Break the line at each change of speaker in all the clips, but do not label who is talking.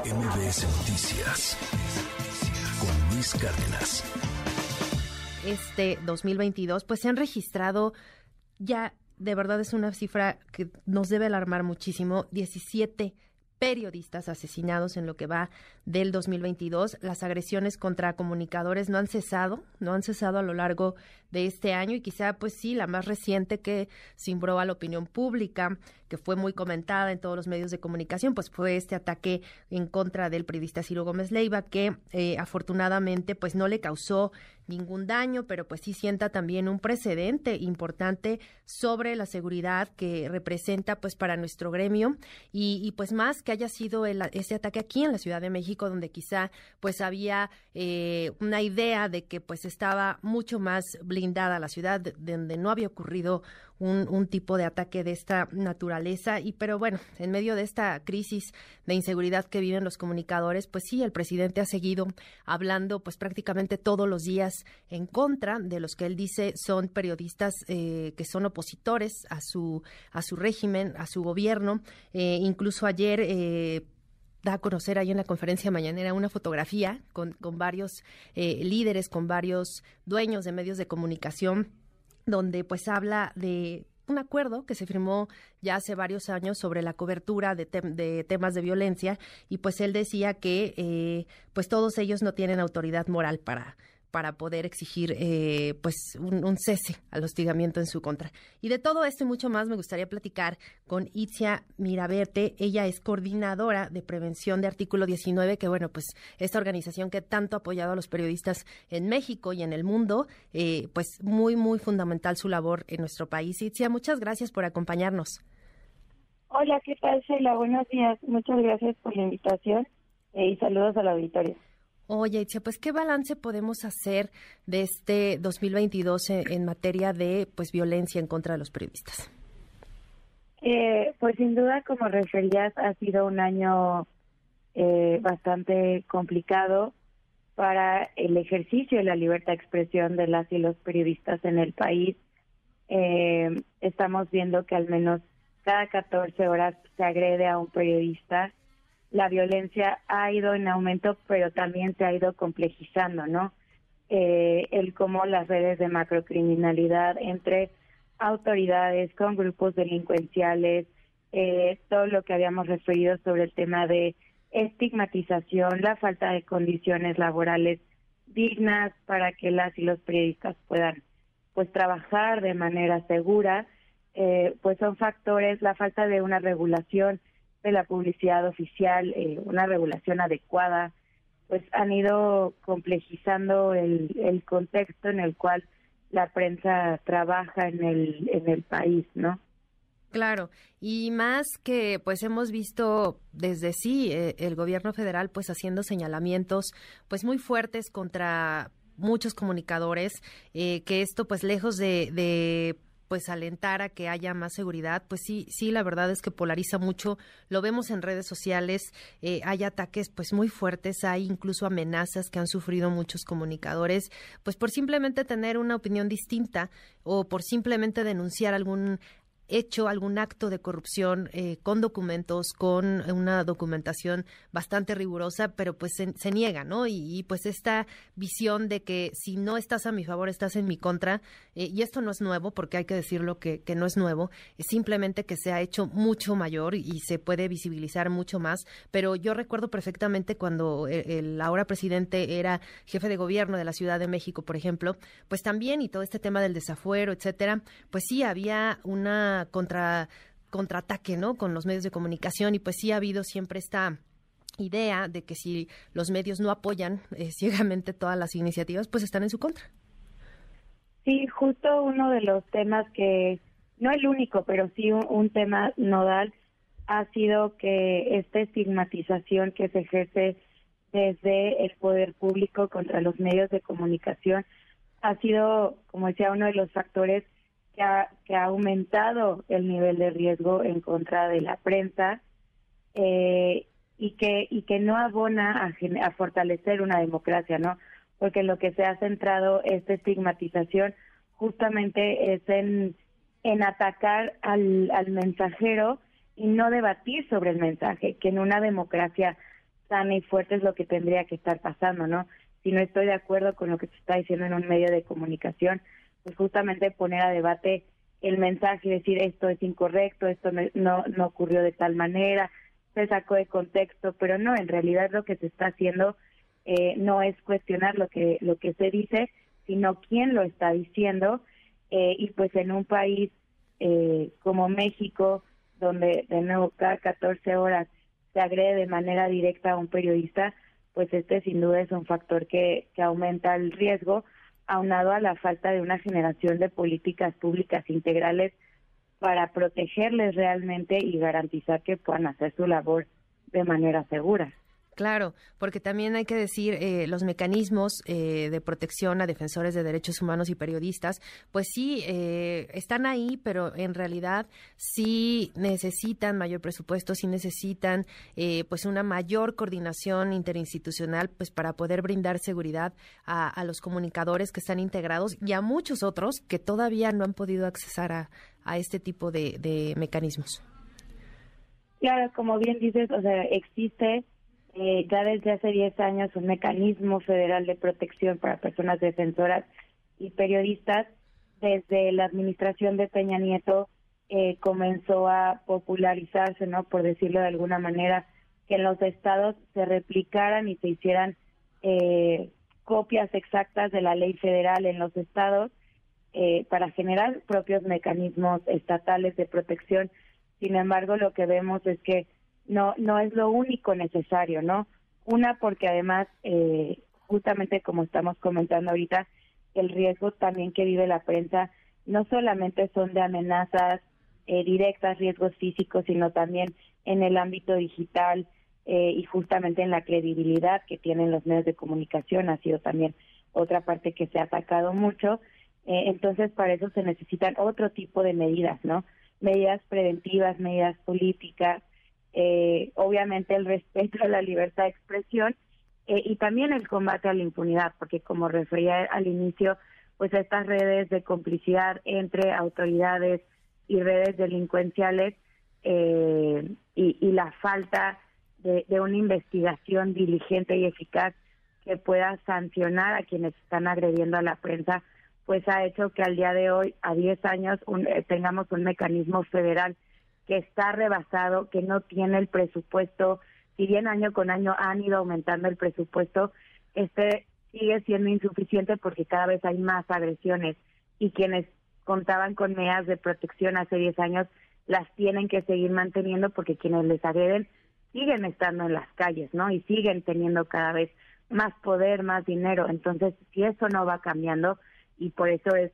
MBS Noticias con Luis Cárdenas.
Este 2022, pues se han registrado ya, de verdad es una cifra que nos debe alarmar muchísimo, 17 periodistas asesinados en lo que va del 2022. Las agresiones contra comunicadores no han cesado a lo largo de este año y quizá pues sí, la más reciente que cimbró a la opinión pública, que fue muy comentada en todos los medios de comunicación, pues fue este ataque en contra del periodista Ciro Gómez Leiva, que afortunadamente pues no le causó ningún daño, pero pues sí sienta también un precedente importante sobre la seguridad que representa pues para nuestro gremio y pues más que haya sido ese ataque aquí en la Ciudad de México, donde quizá pues había una idea de que pues estaba mucho más blindada la ciudad, donde no había ocurrido un tipo de ataque de esta naturaleza, pero bueno, en medio de esta crisis de inseguridad que viven los comunicadores, pues sí, el presidente ha seguido hablando pues prácticamente todos los días en contra de los que él dice son periodistas que son opositores a su régimen, a su gobierno. Incluso ayer da a conocer ahí en la conferencia mañanera una fotografía con varios líderes, con varios dueños de medios de comunicación, donde pues habla de un acuerdo que se firmó ya hace varios años sobre la cobertura de temas de violencia, y pues él decía que pues todos ellos no tienen autoridad moral para poder exigir pues un cese al hostigamiento en su contra. Y de todo esto y mucho más me gustaría platicar con Itzia Mirabete. Ella es coordinadora de prevención de Artículo 19, que bueno, pues esta organización que tanto ha apoyado a los periodistas en México y en el mundo, pues muy, muy fundamental su labor en nuestro país. Itzia, muchas gracias por acompañarnos.
Hola, ¿qué tal, Sheila? Buenos días. Muchas gracias por la invitación y saludos a la auditoría.
Oye, Itzia, pues ¿qué balance podemos hacer de este 2022 en materia de pues violencia en contra de los periodistas?
Pues sin duda, como referías, ha sido un año bastante complicado para el ejercicio de la libertad de expresión de las y los periodistas en el país. Estamos viendo que al menos cada 14 horas se agrede a un periodista. La violencia ha ido en aumento, pero también se ha ido complejizando, ¿no? El cómo las redes de macrocriminalidad entre autoridades con grupos delincuenciales, todo lo que habíamos referido sobre el tema de estigmatización, la falta de condiciones laborales dignas para que las y los periodistas puedan pues trabajar de manera segura, pues son factores, la falta de una regulación de la publicidad oficial, una regulación adecuada, pues han ido complejizando el contexto en el cual la prensa trabaja en el país, ¿no?
Claro, y más que pues hemos visto desde el gobierno federal pues haciendo señalamientos pues muy fuertes contra muchos comunicadores, que esto pues lejos de pues alentar a que haya más seguridad, pues sí, la verdad es que polariza mucho, lo vemos en redes sociales, hay ataques pues muy fuertes, hay incluso amenazas que han sufrido muchos comunicadores, pues por simplemente tener una opinión distinta o por simplemente denunciar algún hecho, algún acto de corrupción con documentos, con una documentación bastante rigurosa, pero pues se niega, ¿no? Y pues esta visión de que si no estás a mi favor, estás en mi contra, y esto no es nuevo, porque hay que decirlo que no es nuevo, es simplemente que se ha hecho mucho mayor y se puede visibilizar mucho más, pero yo recuerdo perfectamente cuando el ahora presidente era jefe de gobierno de la Ciudad de México, por ejemplo, pues también, y todo este tema del desafuero, etcétera, pues sí había una contraataque, ¿no?, con los medios de comunicación, y pues sí ha habido siempre esta idea de que si los medios no apoyan ciegamente todas las iniciativas, pues están en su contra.
Sí, justo uno de los temas que, no el único, pero sí un tema nodal, ha sido que esta estigmatización que se ejerce desde el poder público contra los medios de comunicación ha sido, como decía, uno de los factores que ha aumentado el nivel de riesgo en contra de la prensa, y que no abona a fortalecer una democracia, ¿no? Porque lo que se ha centrado esta estigmatización justamente es en atacar al mensajero y no debatir sobre el mensaje, que en una democracia sana y fuerte es lo que tendría que estar pasando, ¿no? Si no estoy de acuerdo con lo que se está diciendo en un medio de comunicación, pues justamente poner a debate el mensaje y decir esto es incorrecto, esto no ocurrió de tal manera, se sacó de contexto, pero no, en realidad lo que se está haciendo no es cuestionar lo que se dice, sino quién lo está diciendo, y pues en un país como México, donde de nuevo cada 14 horas se agrede de manera directa a un periodista, pues este sin duda es un factor que aumenta el riesgo, aunado a la falta de una generación de políticas públicas integrales para protegerles realmente y garantizar que puedan hacer su labor de manera segura.
Claro, porque también hay que decir, los mecanismos de protección a defensores de derechos humanos y periodistas, pues sí, están ahí, pero en realidad sí necesitan mayor presupuesto, sí necesitan pues una mayor coordinación interinstitucional, pues para poder brindar seguridad a los comunicadores que están integrados y a muchos otros que todavía no han podido accesar a este tipo de mecanismos.
Claro, como bien dices, o sea, existe ya desde hace 10 años un mecanismo federal de protección para personas defensoras y periodistas. Desde la administración de Peña Nieto comenzó a popularizarse, ¿no?, por decirlo de alguna manera, que en los estados se replicaran y se hicieran copias exactas de la ley federal en los estados para generar propios mecanismos estatales de protección. Sin embargo, lo que vemos es que no es lo único necesario, ¿no? Una, porque además, justamente como estamos comentando ahorita, el riesgo también que vive la prensa no solamente son de amenazas directas, riesgos físicos, sino también en el ámbito digital y justamente en la credibilidad que tienen los medios de comunicación. Ha sido también otra parte que se ha atacado mucho. Entonces, para eso se necesitan otro tipo de medidas, ¿no? Medidas preventivas, medidas políticas, obviamente el respeto a la libertad de expresión y también el combate a la impunidad, porque como refería al inicio, pues estas redes de complicidad entre autoridades y redes delincuenciales y la falta de una investigación diligente y eficaz que pueda sancionar a quienes están agrediendo a la prensa, pues ha hecho que al día de hoy, a 10 años, tengamos un mecanismo federal que está rebasado, que no tiene el presupuesto. Si bien año con año han ido aumentando el presupuesto, sigue siendo insuficiente porque cada vez hay más agresiones y quienes contaban con medidas de protección hace 10 años las tienen que seguir manteniendo porque quienes les agreden siguen estando en las calles, ¿no? Y siguen teniendo cada vez más poder, más dinero. Entonces, si eso no va cambiando, y por eso es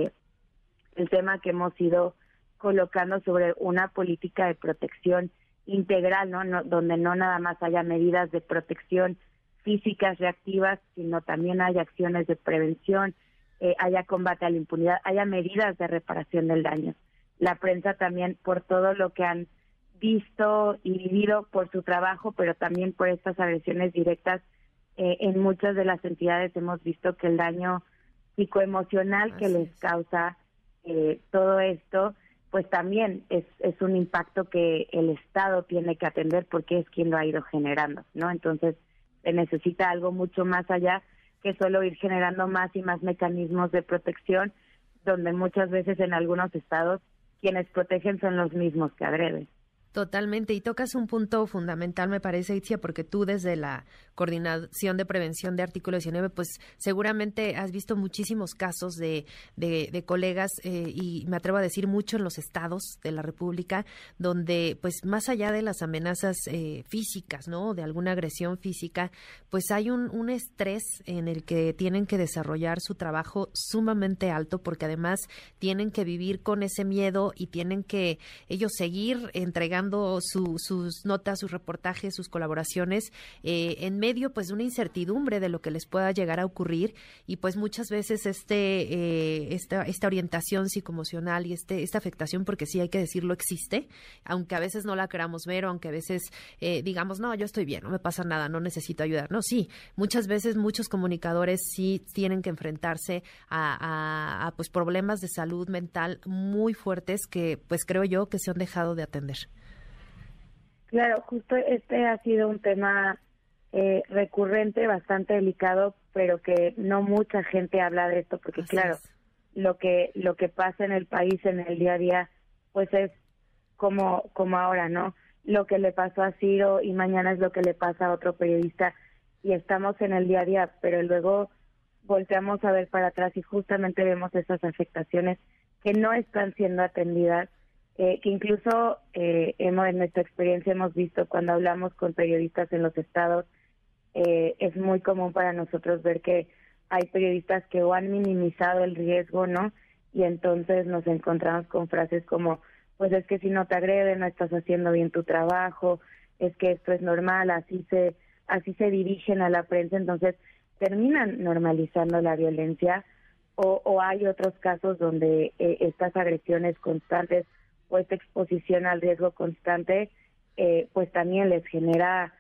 el tema que hemos ido colocando sobre una política de protección integral, ¿no? Donde no nada más haya medidas de protección físicas reactivas, sino también haya acciones de prevención, haya combate a la impunidad, haya medidas de reparación del daño. La prensa también, por todo lo que han visto y vivido por su trabajo, pero también por estas agresiones directas, en muchas de las entidades hemos visto que el daño psicoemocional que les causa todo esto, pues también es un impacto que el Estado tiene que atender porque es quien lo ha ido generando, ¿no? Entonces se necesita algo mucho más allá que solo ir generando más y más mecanismos de protección, donde muchas veces en algunos estados quienes protegen son los mismos que agreden.
Totalmente, y tocas un punto fundamental, me parece, Itzia, porque tú desde la Coordinación de Prevención de Artículo 19, pues seguramente has visto muchísimos casos de colegas, y me atrevo a decir mucho en los estados de la República, donde pues más allá de las amenazas físicas, ¿no?, de alguna agresión física, pues hay un estrés en el que tienen que desarrollar su trabajo sumamente alto, porque además tienen que vivir con ese miedo y tienen que ellos seguir entregando sus notas, sus reportajes, sus colaboraciones, en medio pues de una incertidumbre de lo que les pueda llegar a ocurrir, y pues muchas veces esta orientación psicoemocional y esta afectación, porque sí hay que decirlo, existe, aunque a veces no la queramos ver, o aunque a veces digamos, no, yo estoy bien, no me pasa nada, no necesito ayudar. No, sí, muchas veces muchos comunicadores sí tienen que enfrentarse a pues problemas de salud mental muy fuertes que pues creo yo que se han dejado de atender.
Claro, justo este ha sido un tema recurrente, bastante delicado, pero que no mucha gente habla de esto, porque
Así
claro,
es.
lo que pasa en el país en el día a día, pues es como ahora, ¿no? Lo que le pasó a Ciro y mañana es lo que le pasa a otro periodista y estamos en el día a día, pero luego volteamos a ver para atrás y justamente vemos esas afectaciones que no están siendo atendidas, que incluso en nuestra experiencia hemos visto cuando hablamos con periodistas en los estados, es muy común para nosotros ver que hay periodistas que o han minimizado el riesgo, ¿no? Y entonces nos encontramos con frases como, pues es que si no te agreden, no estás haciendo bien tu trabajo, es que esto es normal, así se dirigen a la prensa, entonces terminan normalizando la violencia, o hay otros casos donde estas agresiones constantes o esta exposición al riesgo constante, pues también les genera,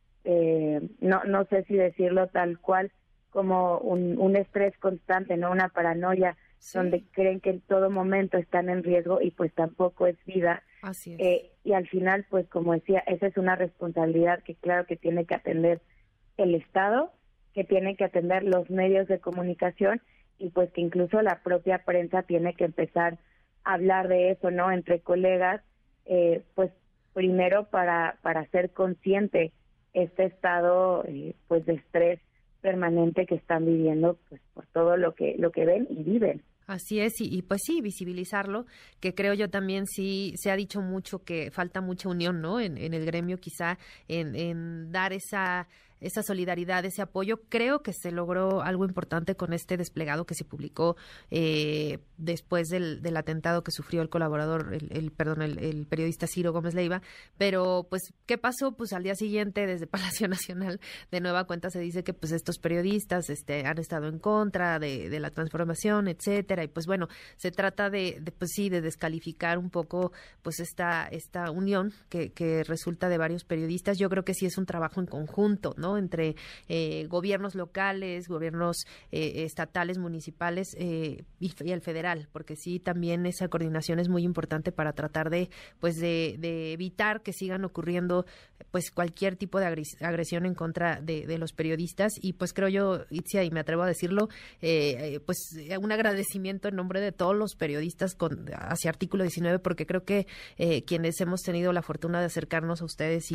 no sé si decirlo tal cual, como un estrés constante, no, una paranoia,
Sí.
donde creen que en todo momento están en riesgo y pues tampoco es vida.
Así es.
Y al final, pues como decía, esa es una responsabilidad que claro que tiene que atender el Estado, que tiene que atender los medios de comunicación y pues que incluso la propia prensa tiene que empezar a hablar de eso, ¿no? Entre colegas, pues primero para ser consciente este estado pues de estrés permanente que están viviendo, pues por todo lo que ven y viven.
Así es, y pues sí, visibilizarlo, que creo yo también sí se ha dicho mucho que falta mucha unión, ¿no? En el gremio, quizá en dar esa solidaridad, ese apoyo. Creo que se logró algo importante con este desplegado que se publicó después del atentado que sufrió el colaborador, el periodista Ciro Gómez Leiva. Pero, pues, ¿qué pasó? Pues al día siguiente, desde Palacio Nacional, de nueva cuenta se dice que pues estos periodistas han estado en contra de la transformación, etcétera. Y pues bueno, se trata pues sí, de descalificar un poco pues esta unión que resulta de varios periodistas. Yo creo que sí es un trabajo en conjunto, ¿no? Entre gobiernos locales, gobiernos estatales, municipales y el federal, porque sí también esa coordinación es muy importante para tratar de evitar que sigan ocurriendo pues cualquier tipo de agresión en contra de los periodistas. Y pues creo yo, Itzia, y me atrevo a decirlo, pues un agradecimiento en nombre de todos los periodistas hacia Artículo 19, porque creo que quienes hemos tenido la fortuna de acercarnos a ustedes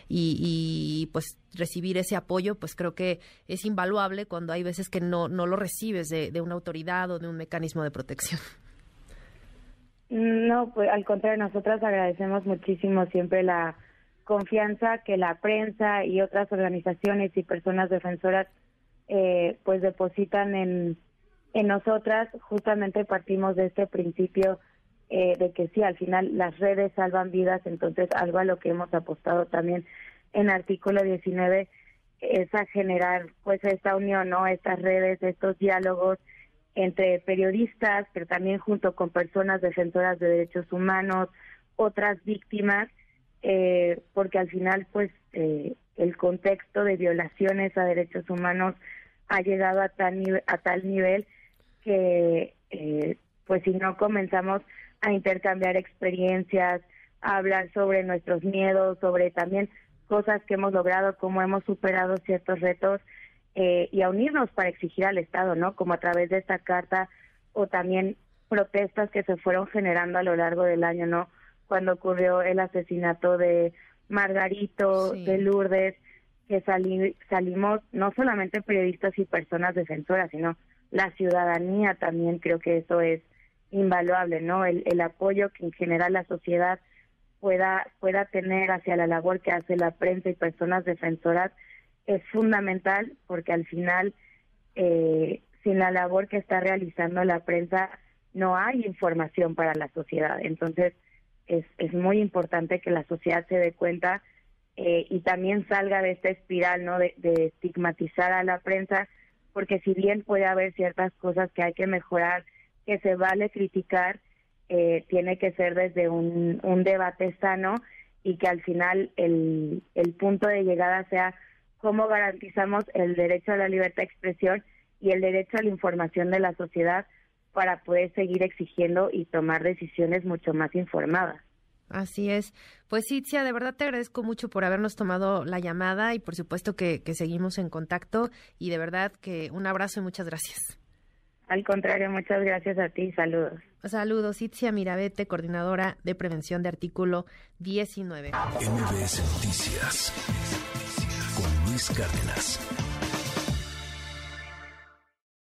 y pues recibir ese apoyo, pues creo que es invaluable cuando hay veces que no lo recibes de una autoridad o de un mecanismo de protección.
No, pues al contrario, nosotras agradecemos muchísimo siempre la confianza que la prensa y otras organizaciones y personas defensoras pues depositan en nosotras. Justamente partimos de este principio de que sí, al final las redes salvan vidas, entonces algo a lo que hemos apostado también en Artículo 19 es a generar pues esta unión, ¿no? Estas redes, estos diálogos entre periodistas, pero también junto con personas defensoras de derechos humanos, otras víctimas, porque al final pues el contexto de violaciones a derechos humanos ha llegado a tal nivel que pues si no comenzamos a intercambiar experiencias, a hablar sobre nuestros miedos, sobre también cosas que hemos logrado, cómo hemos superado ciertos retos, y a unirnos para exigir al Estado, ¿no? Como a través de esta carta, o también protestas que se fueron generando a lo largo del año, ¿no? Cuando ocurrió el asesinato de Margarito,
Sí.
de Lourdes, que salimos no solamente periodistas y personas defensoras, sino la ciudadanía también. Creo que eso es invaluable, ¿no? El apoyo que en general la sociedad pueda tener hacia la labor que hace la prensa y personas defensoras es fundamental, porque al final sin la labor que está realizando la prensa no hay información para la sociedad. Entonces es muy importante que la sociedad se dé cuenta y también salga de esta espiral, ¿no? De estigmatizar a la prensa, porque si bien puede haber ciertas cosas que hay que mejorar, que se vale criticar, tiene que ser desde un debate sano, y que al final el punto de llegada sea cómo garantizamos el derecho a la libertad de expresión y el derecho a la información de la sociedad para poder seguir exigiendo y tomar decisiones mucho más informadas.
Así es. Pues Itzia, de verdad te agradezco mucho por habernos tomado la llamada y por supuesto que seguimos en contacto y de verdad que un abrazo y muchas gracias.
Al contrario, muchas gracias a ti. Saludos.
Saludos, Itzia Mirabete, coordinadora de prevención de artículo 19.
MBS Noticias con Luis Cárdenas.